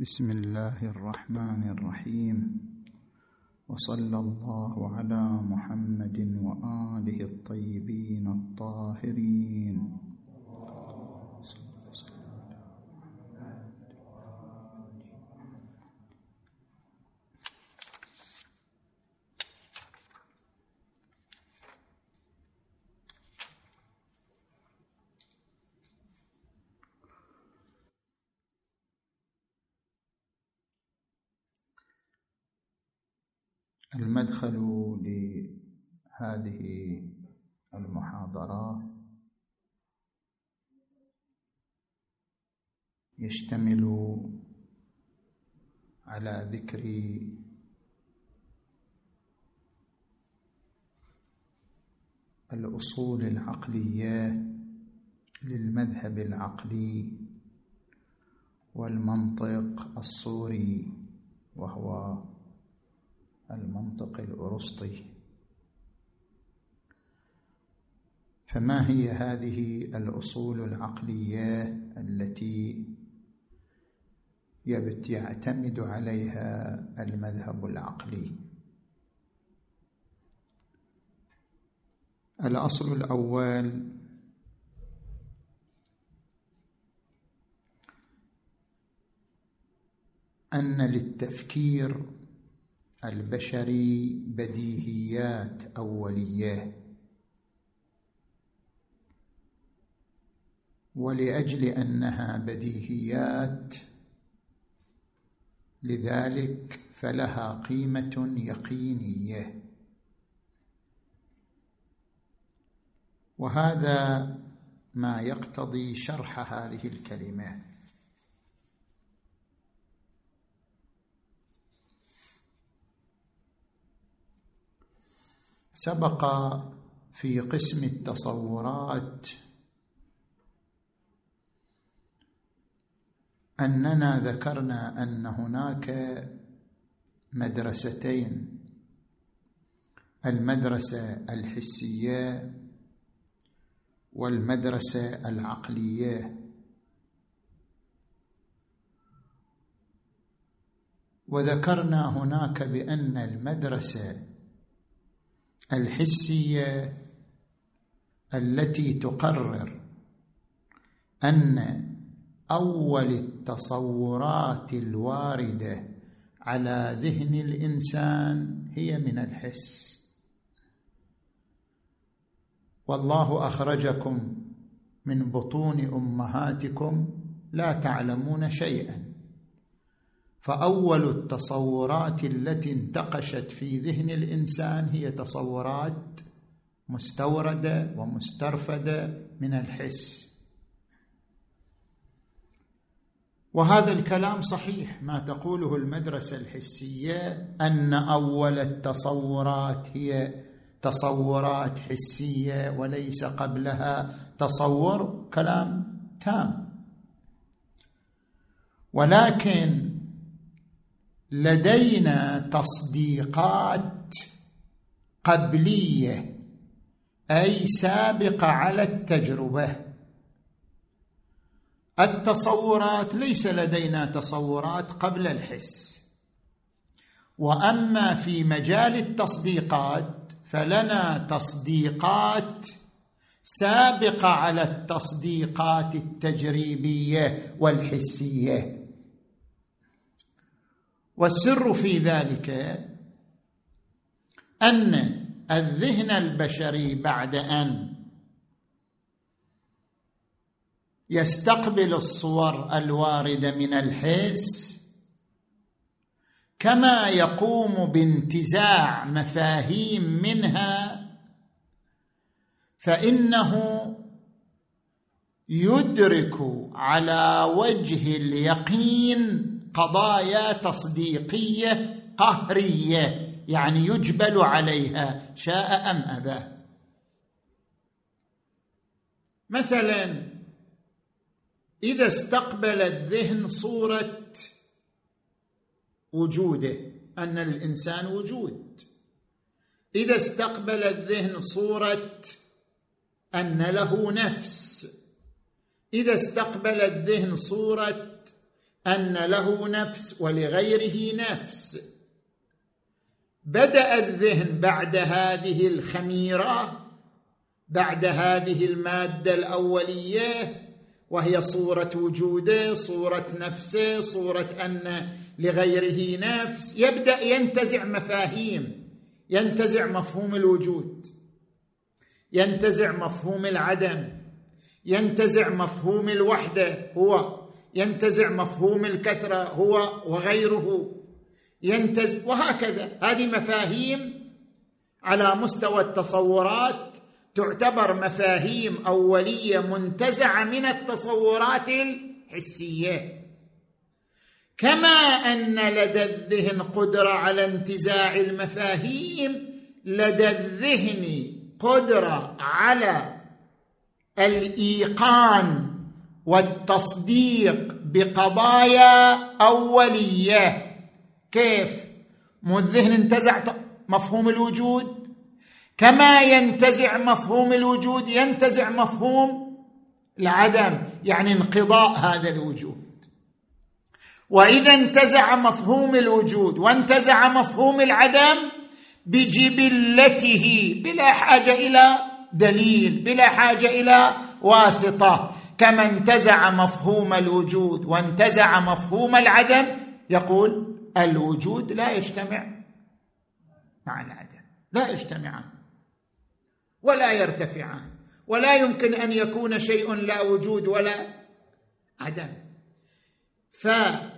بسم الله الرحمن الرحيم، وصلى الله على محمد وآله الطيبين الطاهرين. المدخل لهذه المحاضرة يشتمل على ذكر الأصول العقلية للمذهب العقلي والمنطق الصوري، وهو المنطق الأرسطي. فما هي هذه الأصول العقلية التي يعتمد عليها المذهب العقلي؟ الأصل الأول أن للتفكير البشري بديهيات أولية، ولأجل أنها بديهيات لذلك فلها قيمة يقينية، وهذا ما يقتضي شرح هذه الكلمة. سبق في قسم التصورات أننا ذكرنا أن هناك مدرستين: المدرسة الحسية والمدرسة العقلية. وذكرنا هناك بأن المدرسة الحسية التي تقرر أن أول التصورات الواردة على ذهن الإنسان هي من الحس، والله أخرجكم من بطون أمهاتكم لا تعلمون شيئا، فأول التصورات التي انتقشت في ذهن الإنسان هي تصورات مستوردة ومسترفدة من الحس. وهذا الكلام صحيح، ما تقوله المدرسة الحسية أن أول التصورات هي تصورات حسية وليس قبلها تصور، كلام تام. ولكن لدينا تصديقات قبلية، أي سابقة على التجربة. التصورات ليس لدينا تصورات قبل الحس، وأما في مجال التصديقات فلنا تصديقات سابقة على التصديقات التجريبية والحسية. والسر في ذلك أن الذهن البشري بعد أن يستقبل الصور الواردة من الحس، كما يقوم بانتزاع مفاهيم منها، فإنه يدرك على وجه اليقين قضايا تصديقية قهرية، يعني يجبل عليها شاء أم أبى. مثلا إذا استقبل الذهن صورة وجوده، أن الإنسان وجود، إذا استقبل الذهن صورة أن له نفس، إذا استقبل الذهن صورة أن له نفس ولغيره نفس. بدأ الذهن بعد هذه الخميرة، بعد هذه المادة الأولية وهي صورة وجوده، صورة نفسه، صورة أن لغيره نفس، يبدأ ينتزع مفاهيم، ينتزع مفهوم الوجود، ينتزع مفهوم العدم، ينتزع مفهوم الوحدة هو، ينتزع مفهوم الكثرة هو وغيره، وهكذا. هذه مفاهيم على مستوى التصورات تعتبر مفاهيم أولية منتزعة من التصورات الحسية. كما أن لدى الذهن قدرة على انتزاع المفاهيم، لدى الذهن قدرة على الإيقان والتصديق بقضايا أولية. كيف؟ مو الذهن انتزع مفهوم الوجود، كما ينتزع مفهوم الوجود ينتزع مفهوم العدم، يعني انقضاء هذا الوجود. وإذا انتزع مفهوم الوجود وانتزع مفهوم العدم بجبلته بلا حاجة إلى دليل، بلا حاجة إلى واسطة، كما انتزع مفهوم الوجود وانتزع مفهوم العدم، يقول الوجود لا يجتمع مع العدم، لا يجتمعان ولا يرتفعان، ولا يمكن أن يكون شيء لا وجود ولا عدم. فإدراك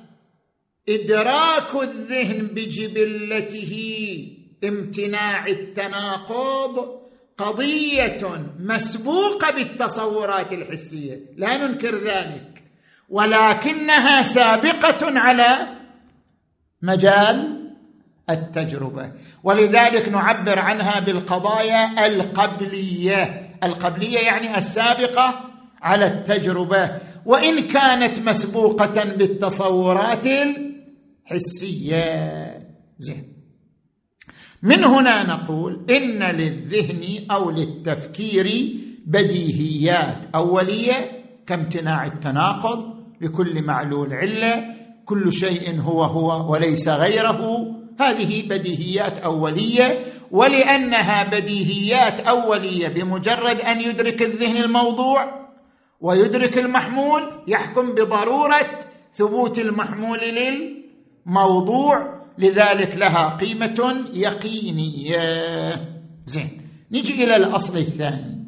الذهن بجبلته امتناع التناقض قضية مسبوقة بالتصورات الحسية، لا ننكر ذلك، ولكنها سابقة على مجال التجربة، ولذلك نعبر عنها بالقضايا القبلية. القبلية يعني السابقة على التجربة، وإن كانت مسبوقة بالتصورات الحسية. زين، من هنا نقول إن للذهن أو للتفكير بديهيات أولية كامتناع التناقض، لكل معلول علة، كل شيء هو وليس غيره. هذه بديهيات أولية، ولأنها بديهيات أولية بمجرد أن يدرك الذهن الموضوع ويدرك المحمول يحكم بضرورة ثبوت المحمول للموضوع، لذلك لها قيمة يقينية. زين، نجي إلى الأصل الثاني.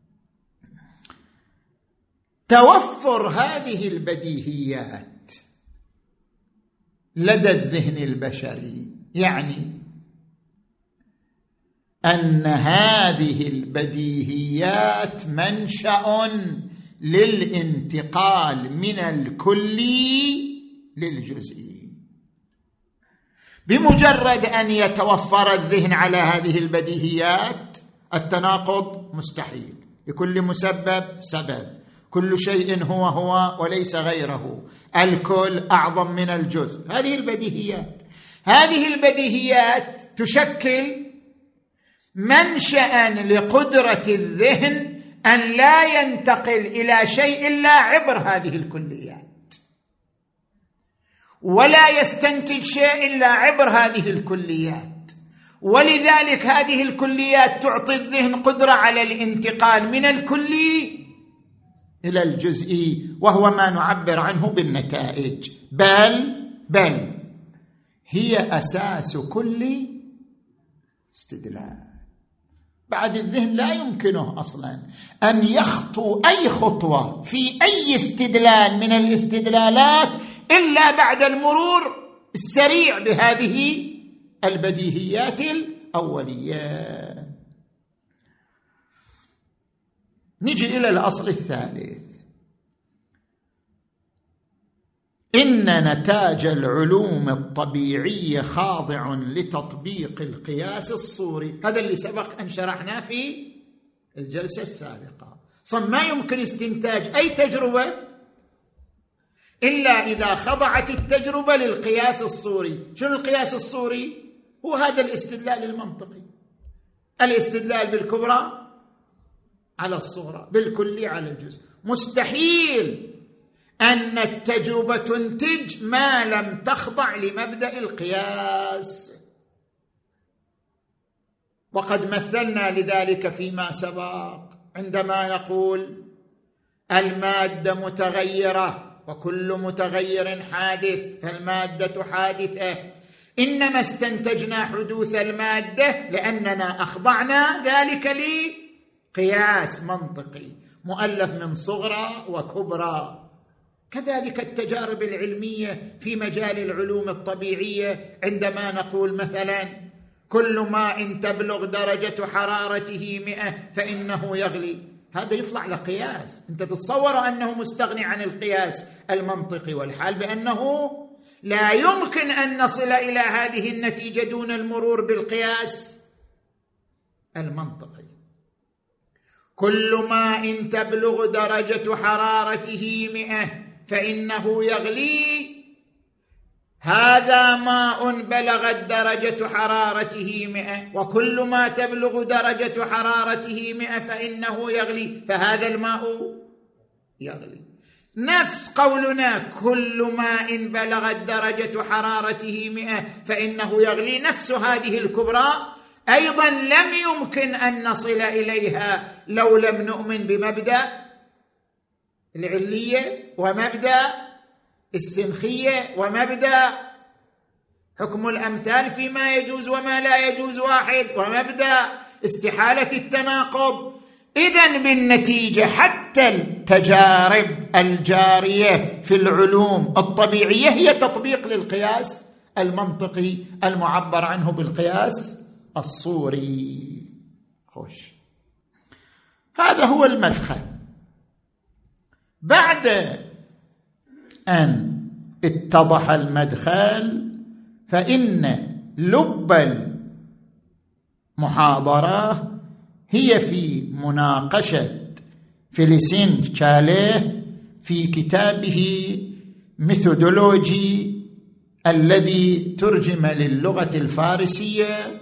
توفر هذه البديهيات لدى الذهن البشري يعني أن هذه البديهيات منشأ للانتقال من الكلي للجزئي. بمجرد أن يتوفر الذهن على هذه البديهيات التناقض مستحيل، لكل مسبب سبب، كل شيء هو وليس غيره، الكل أعظم من الجزء. هذه البديهيات تشكل منشأ لقدرة الذهن أن لا ينتقل إلى شيء إلا عبر هذه الكليات، ولا يستنتج شيء إلا عبر هذه الكليات. ولذلك هذه الكليات تعطي الذهن قدرة على الانتقال من الكلي إلى الجزئي، وهو ما نعبر عنه بالنتائج. بل هي أساس كل استدلال. بعد الذهن لا يمكنه أصلا أن يخطو أي خطوة في أي استدلال من الاستدلالات إلا بعد المرور السريع بهذه البديهيات الأولية. نجي إلى الأصل الثالث. إن نتاج العلوم الطبيعية خاضع لتطبيق القياس الصوري. هذا اللي سبق أن شرحناه في الجلسة السابقة. ما يمكن استنتاج أي تجربة إلا إذا خضعت التجربة للقياس الصوري. شنو القياس الصوري؟ هو هذا الاستدلال المنطقي، الاستدلال بالكبرى على الصغرى، بالكلي على الجزء. مستحيل أن التجربة تنتج ما لم تخضع لمبدأ القياس، وقد مثلنا لذلك فيما سبق عندما نقول المادة متغيرة وكل متغير حادث فالمادة حادثة، إنما استنتجنا حدوث المادة لأننا أخضعنا ذلك لقياس منطقي مؤلف من صغرى وكبرى. كذلك التجارب العلمية في مجال العلوم الطبيعية، عندما نقول مثلا كل ماء تبلغ درجة حرارته 100 فإنه يغلي، هذا يطلع لقياس، أنت تتصور أنه مستغني عن القياس المنطقي، والحال بأنه لا يمكن أن نصل إلى هذه النتيجة دون المرور بالقياس المنطقي. كل ماء تبلغ درجة حرارته 100 فإنه يغلي، هذا ماء بلغت درجة حرارته 100 وكل ما تبلغ درجة حرارته 100 فإنه يغلي، فهذا الماء يغلي. نفس قولنا كل ماء بلغت درجة حرارته 100 فإنه يغلي، نفس هذه الكبرى أيضا لم يمكن أن نصل إليها لو لم نؤمن بمبدأ العلية ومبدأ السنخية ومبدأ حكم الأمثال فيما يجوز وما لا يجوز واحد ومبدأ استحالة التناقض. إذن بالنتيجة حتى التجارب الجارية في العلوم الطبيعية هي تطبيق للقياس المنطقي المعبر عنه بالقياس الصوري. خوش، هذا هو المدخل. بعد أن اتضح المدخل فإن لب المحاضرة هي في مناقشة فيليسين تشاليه في كتابه ميثودولوجي الذي ترجم للغة الفارسية،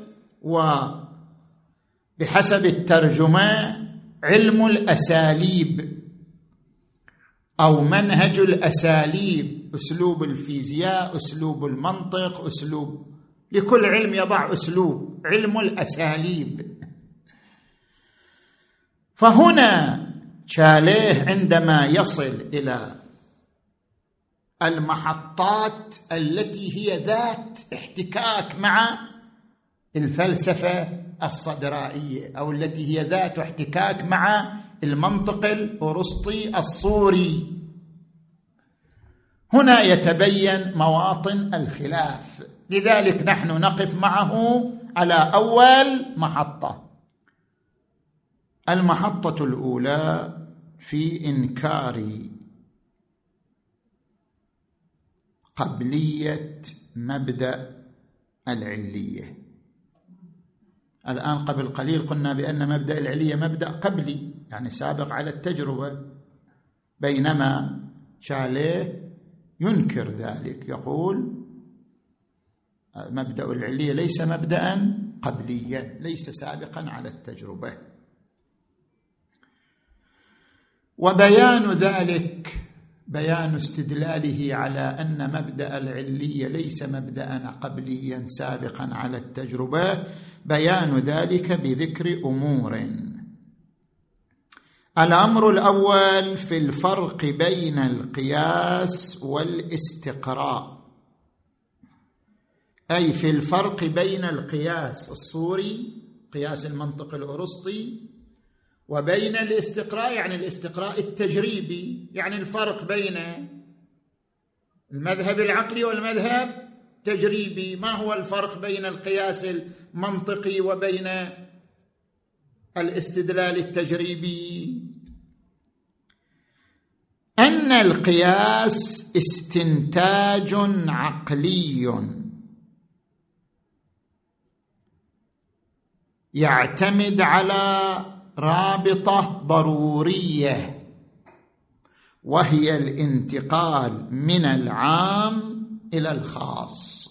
وبحسب الترجمة علم الأساليب أو منهج الأساليب، أسلوب الفيزياء، أسلوب المنطق، أسلوب، لكل علم يضع أسلوب، علم الأساليب. فهنا تشاليه عندما يصل إلى المحطات التي هي ذات احتكاك مع الفلسفة الصدرائية أو التي هي ذات احتكاك مع المنطق الأرسطي الصوري، هنا يتبين مواطن الخلاف. لذلك نحن نقف معه على أول محطة. المحطة الأولى في إنكار قبلية مبدأ العلية. الآن قبل قليل قلنا بأن مبدأ العلية مبدأ قبلي، يعني سابق على التجربة، بينما تشاليه ينكر ذلك، يقول مبدأ العلية ليس مبدأ قبليا، ليس سابقا على التجربة. وبيان ذلك بيان استدلاله على أن مبدأ العلية ليس مبدأ قبليا سابقا على التجربة، بيان ذلك بذكر أمور. الأمر الأول في الفرق بين القياس والاستقراء، أي في الفرق بين القياس الصوري قياس المنطق الأرسطي وبين الاستقراء، يعني الاستقراء التجريبي، يعني الفرق بين المذهب العقلي والمذهب التجريبي. ما هو الفرق بين القياس المنطقي وبين الاستدلال التجريبي؟ أن القياس استنتاج عقلي يعتمد على رابطة ضرورية، وهي الانتقال من العام إلى الخاص.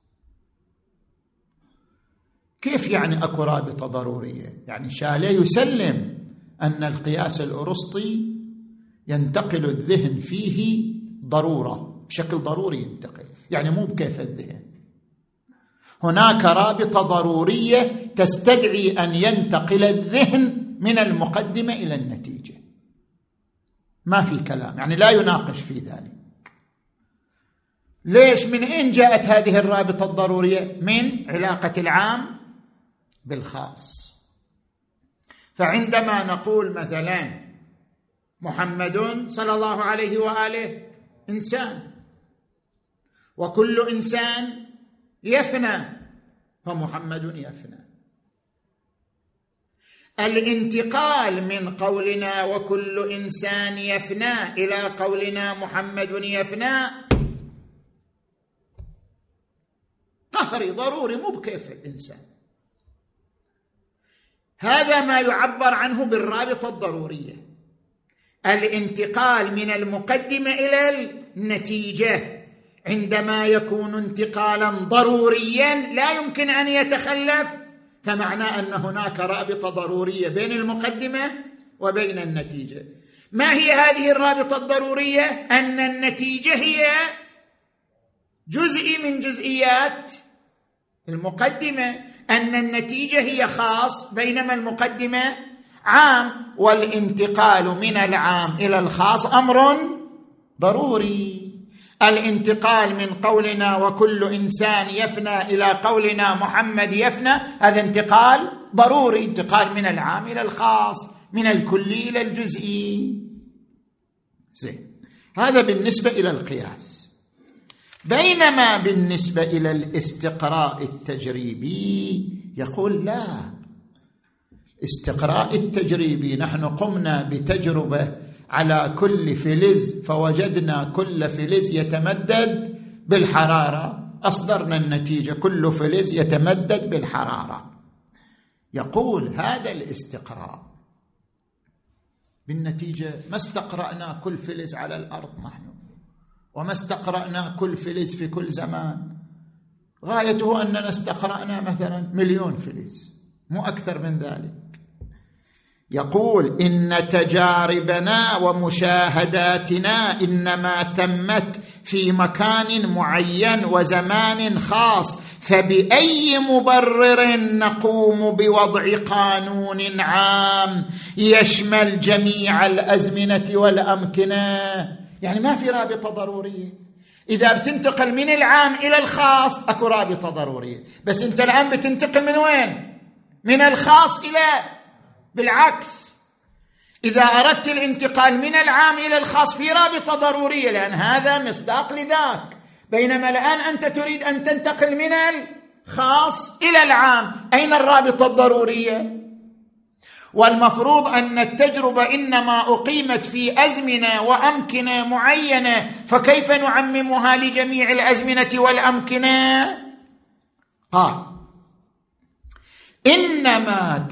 كيف يعني أكو رابطة ضرورية؟ يعني تشاليه يسلم أن القياس الأرسطي ينتقل الذهن فيه ضرورة، بشكل ضروري ينتقل، يعني مو بكيف الذهن. هناك رابطة ضرورية تستدعي أن ينتقل الذهن من المقدمة إلى النتيجة، ما في كلام، يعني لا يناقش في ذلك. ليش؟ من أين جاءت هذه الرابطة الضرورية؟ من علاقة العام بالخاص. فعندما نقول مثلا محمد صلى الله عليه وآله إنسان، وكل إنسان يفنى، فمحمد يفنى. الانتقال من قولنا وكل إنسان يفنى إلى قولنا محمد يفنى قهري ضروري، مو بكيف الإنسان. هذا ما يعبر عنه بالرابطة الضرورية، الانتقال من المقدمة إلى النتيجة. عندما يكون انتقالا ضروريا لا يمكن أن يتخلف، فمعناه أن هناك رابطة ضرورية بين المقدمة وبين النتيجة. ما هي هذه الرابطة الضرورية؟ أن النتيجة هي جزء من جزئيات المقدمة، أن النتيجة هي خاص بينما المقدمة عام، والانتقال من العام إلى الخاص أمر ضروري. الانتقال من قولنا وكل إنسان يفنى إلى قولنا محمد يفنى هذا انتقال ضروري، انتقال من العام إلى الخاص، من الكلي إلى الجزئي. هذا بالنسبة إلى القياس. بينما بالنسبة إلى الاستقراء التجريبي يقول لا، استقراء التجريبي نحن قمنا بتجربة على كل فلز فوجدنا كل فلز يتمدد بالحرارة، أصدرنا النتيجة كل فلز يتمدد بالحرارة. يقول هذا الاستقراء بالنتيجة ما استقرأنا كل فلز على الأرض نحن، وما استقرأنا كل فلز في كل زمان، غايته أننا استقرأنا مثلا 1,000,000 فلز، مو أكثر من ذلك. يقول إن تجاربنا ومشاهداتنا إنما تمت في مكان معين وزمان خاص، فبأي مبرر نقوم بوضع قانون عام يشمل جميع الأزمنة والأمكنة؟ يعني ما في رابطة ضرورية. إذا بتنتقل من العام إلى الخاص أكو رابطة ضرورية، بس أنت الآن بتنتقل من وين؟ من الخاص إلى، بالعكس إذا أردت الانتقال من العام إلى الخاص في رابطة ضرورية، لأن هذا مصداق لذاك. بينما الآن أنت تريد أن تنتقل من الخاص إلى العام، أين الرابطة الضرورية؟ والمفروض أن التجربة إنما أقيمت في أزمنة وأمكنة معينة، فكيف نعممها لجميع الأزمنة والأمكنة؟ إنما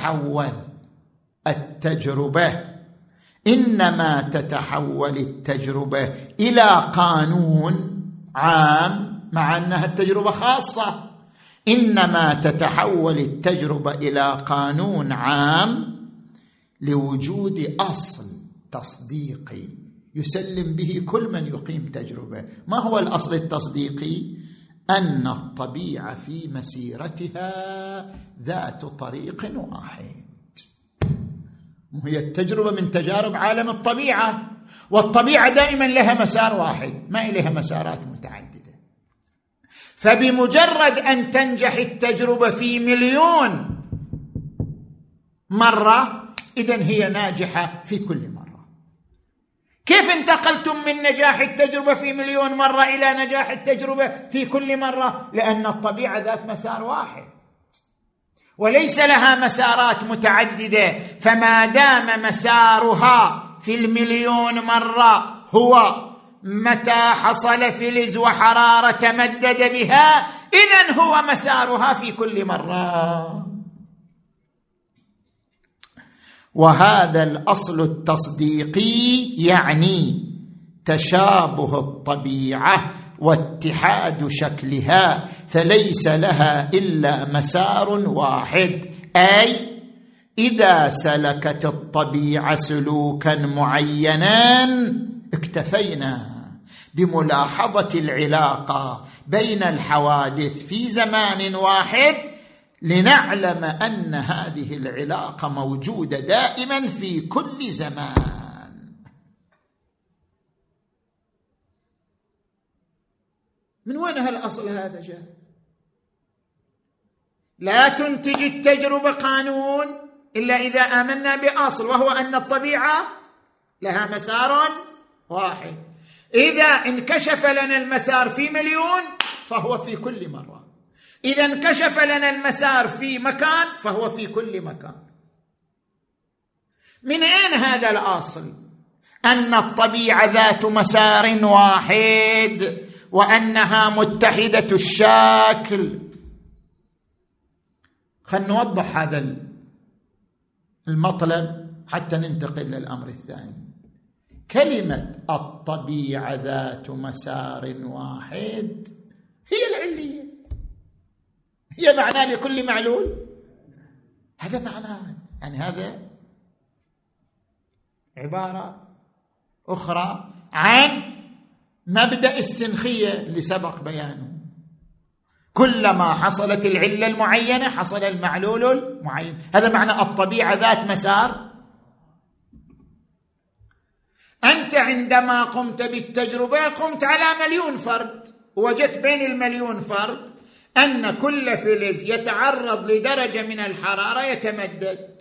تتحول التجربة إلى قانون عام، مع أنها التجربة خاصة. إنما تتحول التجربة إلى قانون عام لوجود أصل تصديقي يسلم به كل من يقيم تجربة. ما هو الأصل التصديقي؟ أن الطبيعة في مسيرتها ذات طريق واحد. هي التجربة من تجارب عالم الطبيعة، والطبيعة دائما لها مسار واحد، ما لها مسارات متعددة. فبمجرد أن تنجح التجربة في 1,000,000 مرة إذن هي ناجحة في كل مرة. كيف انتقلتم من نجاح التجربة في 1,000,000 مرة إلى نجاح التجربة في كل مرة؟ لأن الطبيعة ذات مسار واحد وليس لها مسارات متعددة. فما دام مسارها في 1,000,000 مرة هو متى حصل فلز وحرارة تمدد بها، إذن هو مسارها في كل مرة. وهذا الأصل التصديقي يعني تشابه الطبيعة واتحاد شكلها، فليس لها إلا مسار واحد. أي إذا سلكت الطبيعة سلوكا معينا اكتفينا، بملاحظة العلاقة بين الحوادث في زمان واحد لنعلم أن هذه العلاقة موجودة دائما في كل زمان. من وين هالأصل هذا جاء؟ لا تنتج التجربة قانون إلا إذا آمنا بأصل، وهو أن الطبيعة لها مسار واحد. إذا انكشف لنا المسار في مليون فهو في كل مرة، إذا انكشف لنا المسار في مكان فهو في كل مكان. من أين هذا الأصل؟ أن الطبيعة ذات مسار واحد وأنها متحدة الشكل. خلنا نوضح هذا المطلب حتى ننتقل للأمر الثاني. كلمة الطبيعة ذات مسار واحد هي العلية، هي معنى لكل معلول، هذا معناه. يعني هذا عبارة أخرى عن مبدأ السنخية اللي سبق بيانه. كلما حصلت العلة المعينة حصل المعلول المعين. هذا معنى الطبيعة ذات مسار. أنت عندما قمت بالتجربة قمت على 1,000,000 فرد، وجدت بين 1,000,000 فرد أن كل فلز يتعرض لدرجة من الحرارة يتمدد.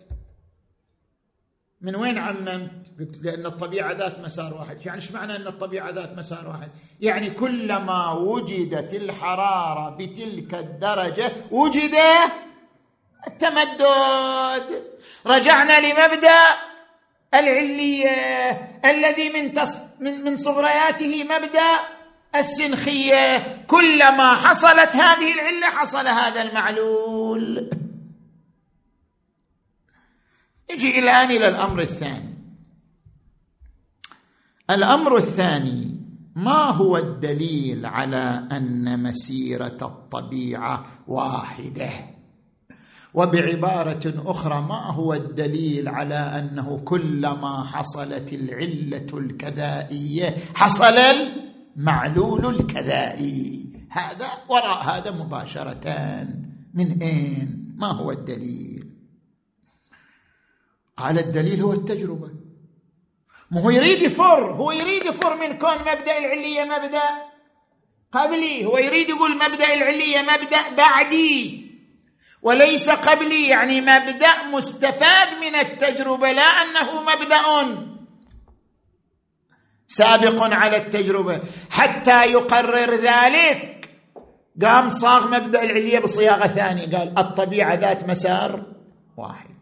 من وين عممت؟ قلت لأن الطبيعة ذات مسار واحد. يعني ايش معنى أن الطبيعة ذات مسار واحد؟ يعني كلما وجدت الحرارة بتلك الدرجة وجد التمدد. رجعنا لمبدأ العلية الذي من صغرياته مبدأ السنخية. كلما حصلت هذه العلة حصل هذا المعلول. نجي الآن إلى الأمر الثاني. الأمر الثاني: ما هو الدليل على أن مسيرة الطبيعة واحدة؟ وبعبارة أخرى: ما هو الدليل على أنه كلما حصلت العلة الكذائية حصل المعلول الكذائي؟ هذا وراء هذا مباشرة. من أين؟ ما هو الدليل؟ قال: الدليل هو التجربة. ما هو يريد يفر من كون مبدأ العلية مبدأ قبلي. هو يريد يقول مبدأ العلية مبدأ بعدي وليس قبلي، يعني مبدأ مستفاد من التجربة، لا أنه مبدأ سابق على التجربة. حتى يقرر ذلك قام صاغ مبدأ العلية بصياغة ثانية، قال: الطبيعة ذات مسار واحد.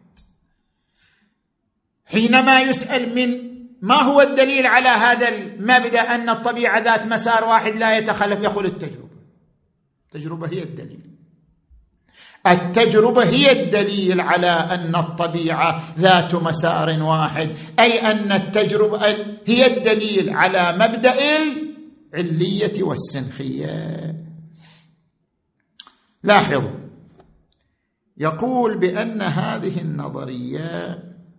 حينما يسأل من ما هو الدليل على هذا المبدأ أن الطبيعة ذات مسار واحد لا يتخلف، يقول التجربة هي الدليل. التجربة هي الدليل على أن الطبيعة ذات مسار واحد، أي أن التجربة هي الدليل على مبدأ العلية والسنخية. لاحظوا، يقول بأن هذه النظرية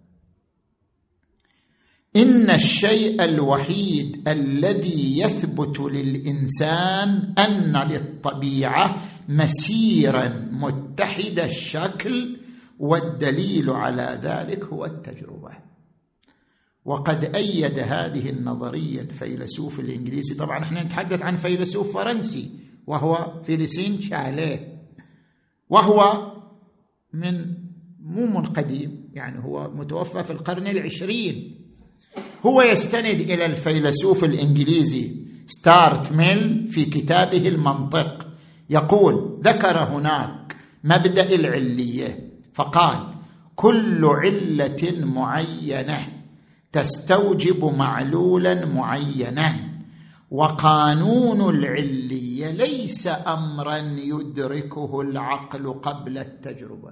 إن الشيء الوحيد الذي يثبت للإنسان أن للطبيعة مسيرا متحد الشكل، والدليل على ذلك هو التجربة. وقد أيد هذه النظرية الفيلسوف الإنجليزي، طبعا احنا نتحدث عن فيلسوف فرنسي وهو فيلسين شاليه، وهو مو من قديم، يعني هو متوفى في القرن 20. هو يستند إلى الفيلسوف الإنجليزي ستارت ميل في كتابه المنطق، يقول: ذكر هناك مبدأ العلية فقال: كل علة معينة تستوجب معلولا معينا، وقانون العلية ليس أمرا يدركه العقل قبل التجربة.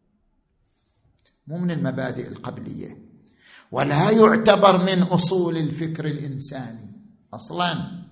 مو من المبادئ القبلية، ولا يعتبر من أصول الفكر الإنساني أصلاً،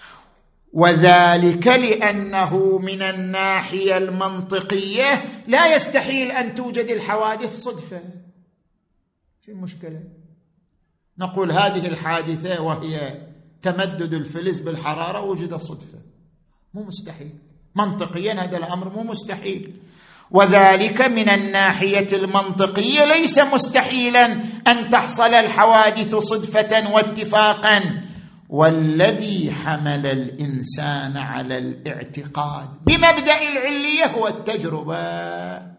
وذلك لأنه من الناحية المنطقية لا يستحيل أن توجد الحوادث صدفة. شو المشكلة؟ نقول هذه الحادثة وهي تمدد الفلز بالحرارة وجد صدفة، مو مستحيل منطقيا، هذا الأمر مو مستحيل. وذلك من الناحية المنطقية ليس مستحيلا أن تحصل الحوادث صدفة واتفاقا. والذي حمل الإنسان على الاعتقاد بمبدأ العلية هو التجربة،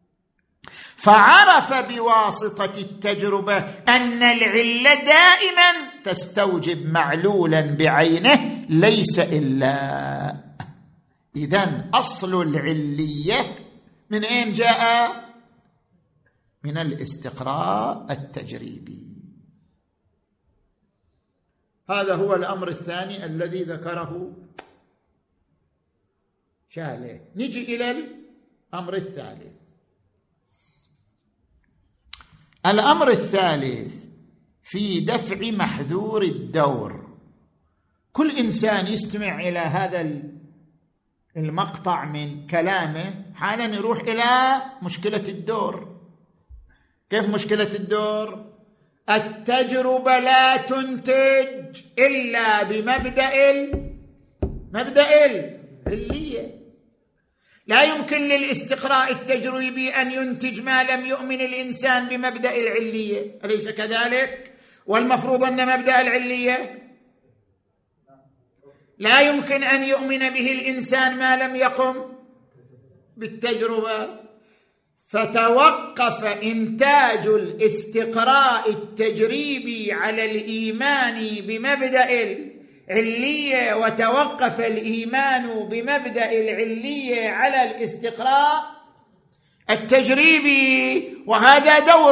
فعرف بواسطة التجربة أن العلة دائما تستوجب معلولا بعينه ليس إلا. إذن أصل العلية من أين جاء؟ من الاستقراء التجريبي. هذا هو الأمر الثاني الذي ذكره شاليه. نجي إلى الأمر الثالث. الأمر الثالث في دفع محذور الدور. كل إنسان يستمع إلى هذا المقطع من كلامه حالا يروح إلى مشكلة الدور. كيف مشكلة الدور؟ التجربة لا تنتج إلا بمبدأ العلية. لا يمكن للاستقراء التجريبي أن ينتج ما لم يؤمن الإنسان بمبدأ العلية، أليس كذلك؟ والمفروض أن مبدأ العلية لا يمكن أن يؤمن به الإنسان ما لم يقم بالتجربة. فتوقف إنتاج الاستقراء التجريبي على الإيمان بمبدأ العلية، وتوقف الإيمان بمبدأ العلية على الاستقراء التجريبي، وهذا دور.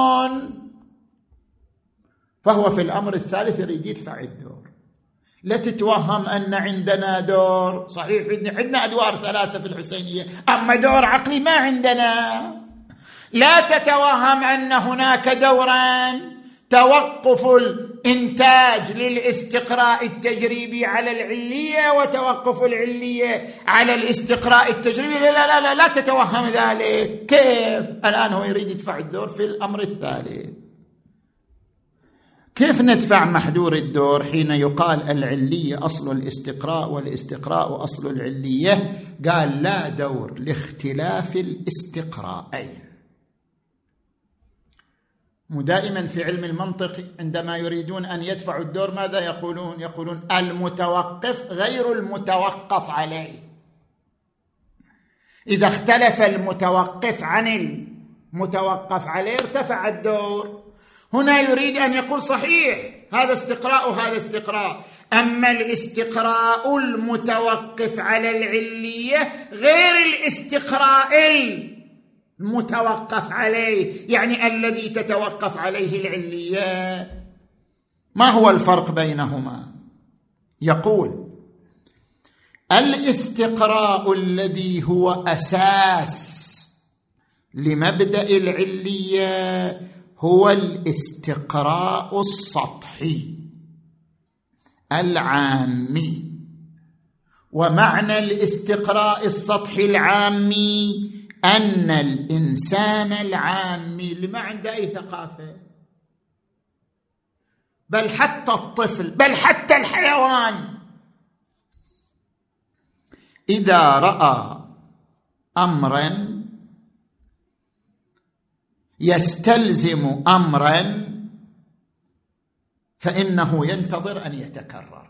فهو في الأمر الثالث يريد يدفع الدور. لا تتوهم أن عندنا دور، صحيح عندنا أدوار ثلاثة في الحسينية، أما دور عقلي ما عندنا. لا تتوهم أن هناك دورا توقف الإنتاج للاستقراء التجريبي على العلية وتوقف العلية على الاستقراء التجريبي. لا لا لا لا تتوهم ذلك. كيف؟ الآن هو يريد يدفع الدور في الأمر الثالث. كيف ندفع محذور الدور حين يقال العلية أصل الاستقراء والاستقراء أصل العلية؟ قال لا دور لاختلاف الاستقراءين. دائما في علم المنطق عندما يريدون أن يدفعوا الدور ماذا يقولون؟ يقولون المتوقف غير المتوقف عليه. إذا اختلف المتوقف عن المتوقف عليه ارتفع الدور. هنا يريد أن يقول صحيح هذا استقراء وهذا استقراء، أما الاستقراء المتوقف على العلية غير الاستقراء المتوقف عليه، يعني الذي تتوقف عليه العلية. ما هو الفرق بينهما؟ يقول الاستقراء الذي هو أساس لمبدأ العلية هو الاستقراء السطحي العامي. ومعنى الاستقراء السطحي العامي أن الإنسان العامي اللي ما عنده أي ثقافة، بل حتى الطفل، بل حتى الحيوان، إذا رأى أمرا يستلزم أمرا فإنه ينتظر أن يتكرر.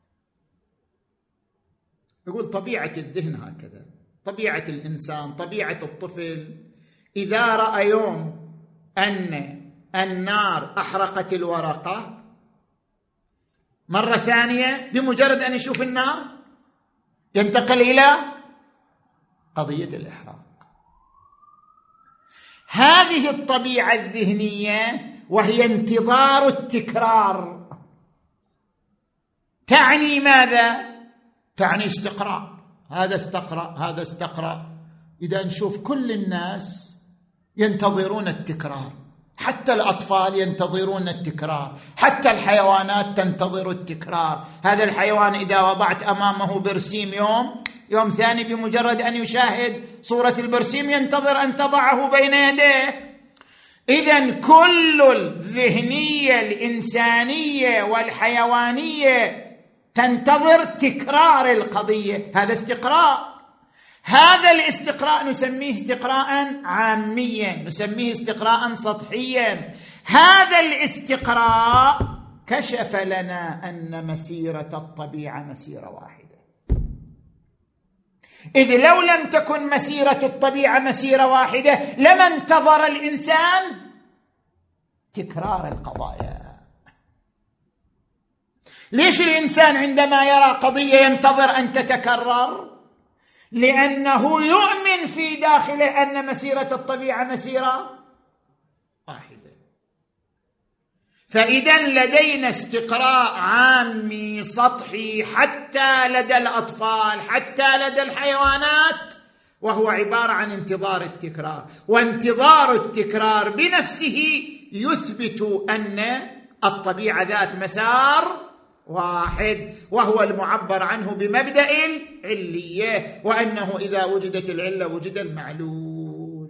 يقول طبيعة الذهن هكذا، طبيعة الإنسان، طبيعة الطفل. إذا رأى يوم أن النار أحرقت الورقة، مرة ثانية بمجرد أن يشوف النار ينتقل إلى قضية الإحراق. هذه الطبيعة الذهنية وهي انتظار التكرار تعني ماذا؟ تعني استقراء. هذا استقرأ، هذا استقرأ. إذا نشوف كل الناس ينتظرون التكرار، حتى الأطفال ينتظرون التكرار، حتى الحيوانات تنتظر التكرار. هذا الحيوان إذا وضعت أمامه برسيم يوم ثاني بمجرد أن يشاهد صورة البرسيم ينتظر أن تضعه بين يديه. إذن كل الذهنية الإنسانية والحيوانية تنتظر تكرار القضية. هذا استقراء. هذا الاستقراء نسميه استقراء عاميا، نسميه استقراء سطحيا. هذا الاستقراء كشف لنا أن مسيرة الطبيعة مسيرة واحدة، إذ لو لم تكن مسيرة الطبيعة مسيرة واحدة لما انتظر الإنسان تكرار القضايا. ليش الإنسان عندما يرى قضية ينتظر أن تتكرر؟ لأنه يؤمن في داخله أن مسيرة الطبيعة مسيرة واحدة. فإذا لدينا استقراء عامي سطحي حتى لدى الأطفال، حتى لدى الحيوانات، وهو عبارة عن انتظار التكرار. وانتظار التكرار بنفسه يثبت أن الطبيعة ذات مسار واحد، وهو المعبر عنه بمبدأ العلية، وأنه إذا وجدت العلة وجد المعلول.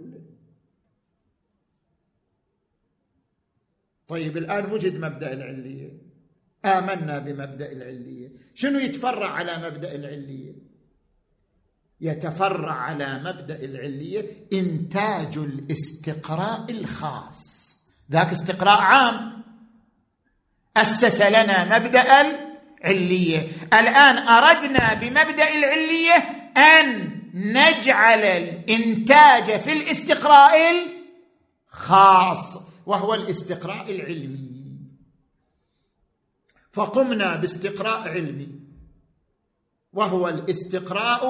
طيب الآن وجد مبدأ العلية، آمنا بمبدأ العلية، شنو يتفرع على مبدأ العلية؟ يتفرع على مبدأ العلية إنتاج الاستقراء الخاص. ذاك استقراء عام أسس لنا مبدأ العلية. الآن أردنا بمبدأ العلية أن نجعل الإنتاج في الاستقراء الخاص، وهو الاستقراء العلمي. فقمنا باستقراء علمي، وهو الاستقراء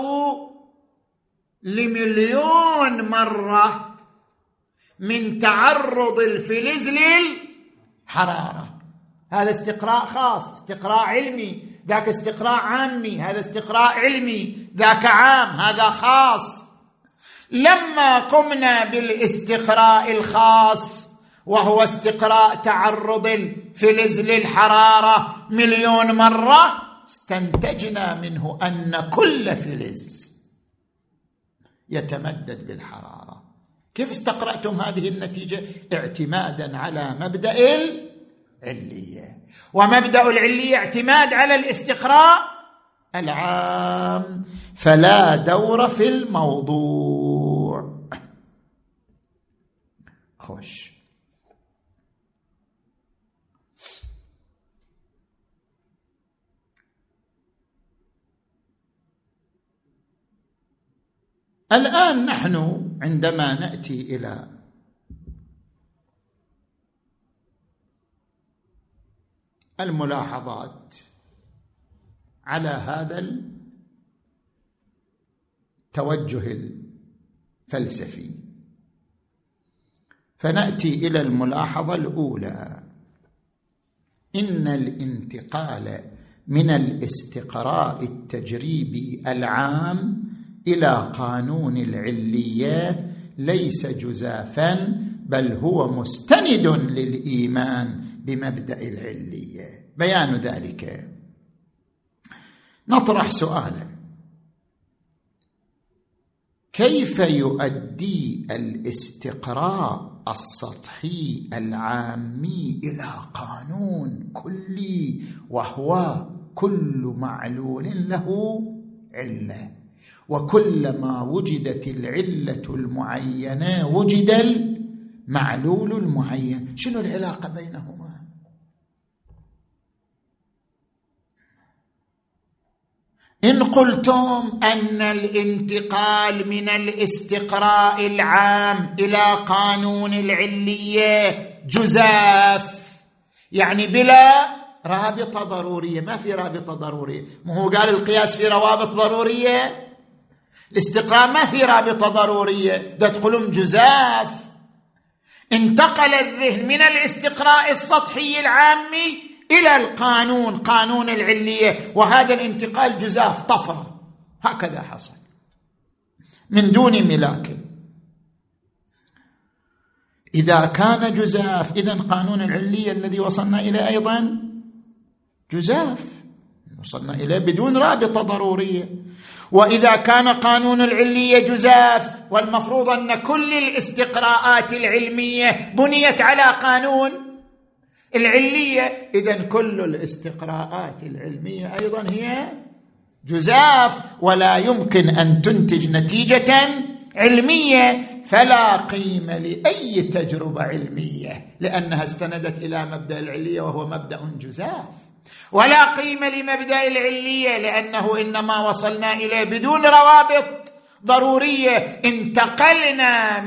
ل1,000,000 مرة من تعرض الفلز للحرارة. هذا استقراء خاص، استقراء علمي. ذاك استقراء عامي، هذا استقراء علمي. ذاك عام، هذا خاص. لما قمنا بالاستقراء الخاص وهو استقراء تعرض الفلز للحرارة 1,000,000 مرة، استنتجنا منه أن كل فلز يتمدد بالحرارة. كيف استقرأتم هذه النتيجة؟ اعتمادا على مبدأ العلية. ومبدأ العلية اعتماد على الاستقراء العام، فلا دور في الموضوع. خوش. الآن نحن عندما نأتي إلى الملاحظات على هذا التوجه الفلسفي، فنأتي إلى الملاحظة الأولى: إن الانتقال من الاستقراء التجريبي العام إلى قانون العليات ليس جزافا، بل هو مستند للإيمان بمبدأ العلية. بيان ذلك: نطرح سؤالا: كيف يؤدي الاستقراء السطحي العامي إلى قانون كلي، وهو كل معلول له علة، وكلما وجدت العلة المعينة وجد المعلول المعين؟ شنو العلاقة بينهما؟ إن قلتم أن الانتقال من الاستقراء العام إلى قانون العلية جزاف، يعني بلا رابطة ضرورية. ما في رابطة ضرورية، ما هو قال القياس في روابط ضرورية، الاستقراء ما في رابطة ضرورية، ده تقولون جزاف. انتقل الذهن من الاستقراء السطحي العامي إلى القانون، قانون العلية، وهذا الانتقال جزاف طفرة، هكذا حصل من دون ملاك. إذا كان جزاف، إذن قانون العلية الذي وصلنا إليه أيضا جزاف، وصلنا إليه بدون رابطة ضرورية. وإذا كان قانون العلية جزاف، والمفروض أن كل الاستقراءات العلمية بنيت على قانون العلية، إذن كل الاستقراءات العلمية أيضا هي جزاف، ولا يمكن أن تنتج نتيجة علمية، فلا قيمة لأي تجربة علمية لأنها استندت إلى مبدأ العلية وهو مبدأ جزاف، ولا قيمة لمبدأ العلية لأنه إنما وصلنا إليه بدون روابط ضرورية. انتقلنا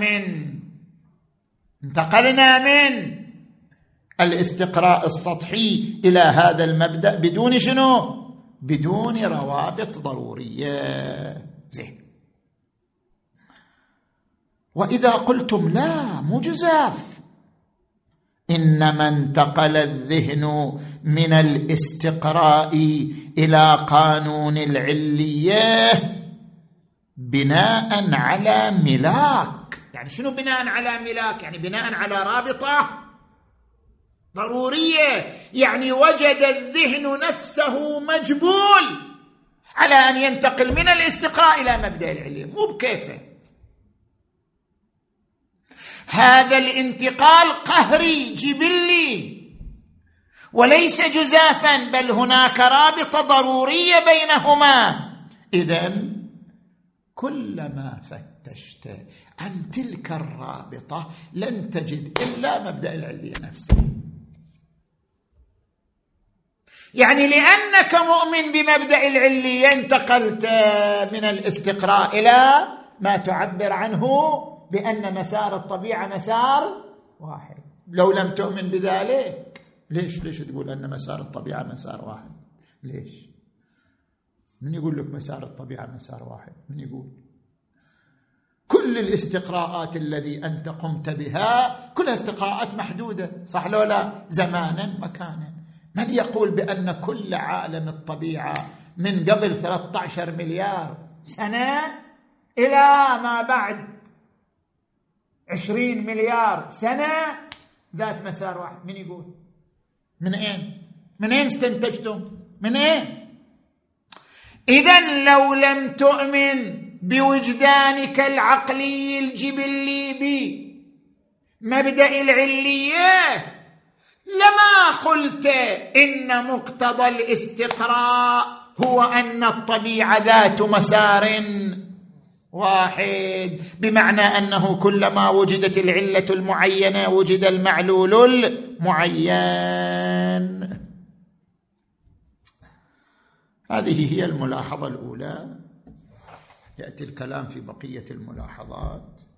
من الاستقراء السطحي إلى هذا المبدأ بدون شنو؟ بدون روابط ضرورية. زين. وإذا قلتم لا مو جزاف، إنما انتقل الذهن من الاستقراء إلى قانون العلية بناء على ملاك. يعني شنو بناء على ملاك؟ يعني بناء على رابطة ضرورية، يعني وجد الذهن نفسه مجبول على أن ينتقل من الاستقراء إلى مبدأ العلية، مو بكيفه. هذا الانتقال قهري جبلي وليس جزافا، بل هناك رابطة ضرورية بينهما. إذن كلما فتشت عن تلك الرابطة لن تجد إلا مبدأ العلية نفسه. يعني لأنك مؤمن بمبدأ العلية انتقلت من الاستقراء إلى ما تعبر عنه بأن مسار الطبيعة مسار واحد. لو لم تؤمن بذلك ليش تقول أن مسار الطبيعة مسار واحد؟ ليش؟ من يقول لك مسار الطبيعة مسار واحد؟ من يقول؟ كل الاستقراءات الذي أنت قمت بها كلها استقراءات محدودة، صح لو لا؟ زمانا مكانا. من يقول بأن كل عالم الطبيعة من قبل 13 مليار سنة إلى ما بعد 20 مليار سنة ذات مسار واحد؟ من يقول؟ من أين استنتجتم؟ من أين؟ إذن لو لم تؤمن بوجدانك العقلي الجبلي بمبدأ العلية لما قلت إن مقتضى الاستقراء هو أن الطبيعة ذات مسار واحد، بمعنى أنه كلما وجدت العلة المعينة وجد المعلول المعين. هذه هي الملاحظة الأولى. يأتي الكلام في بقية الملاحظات.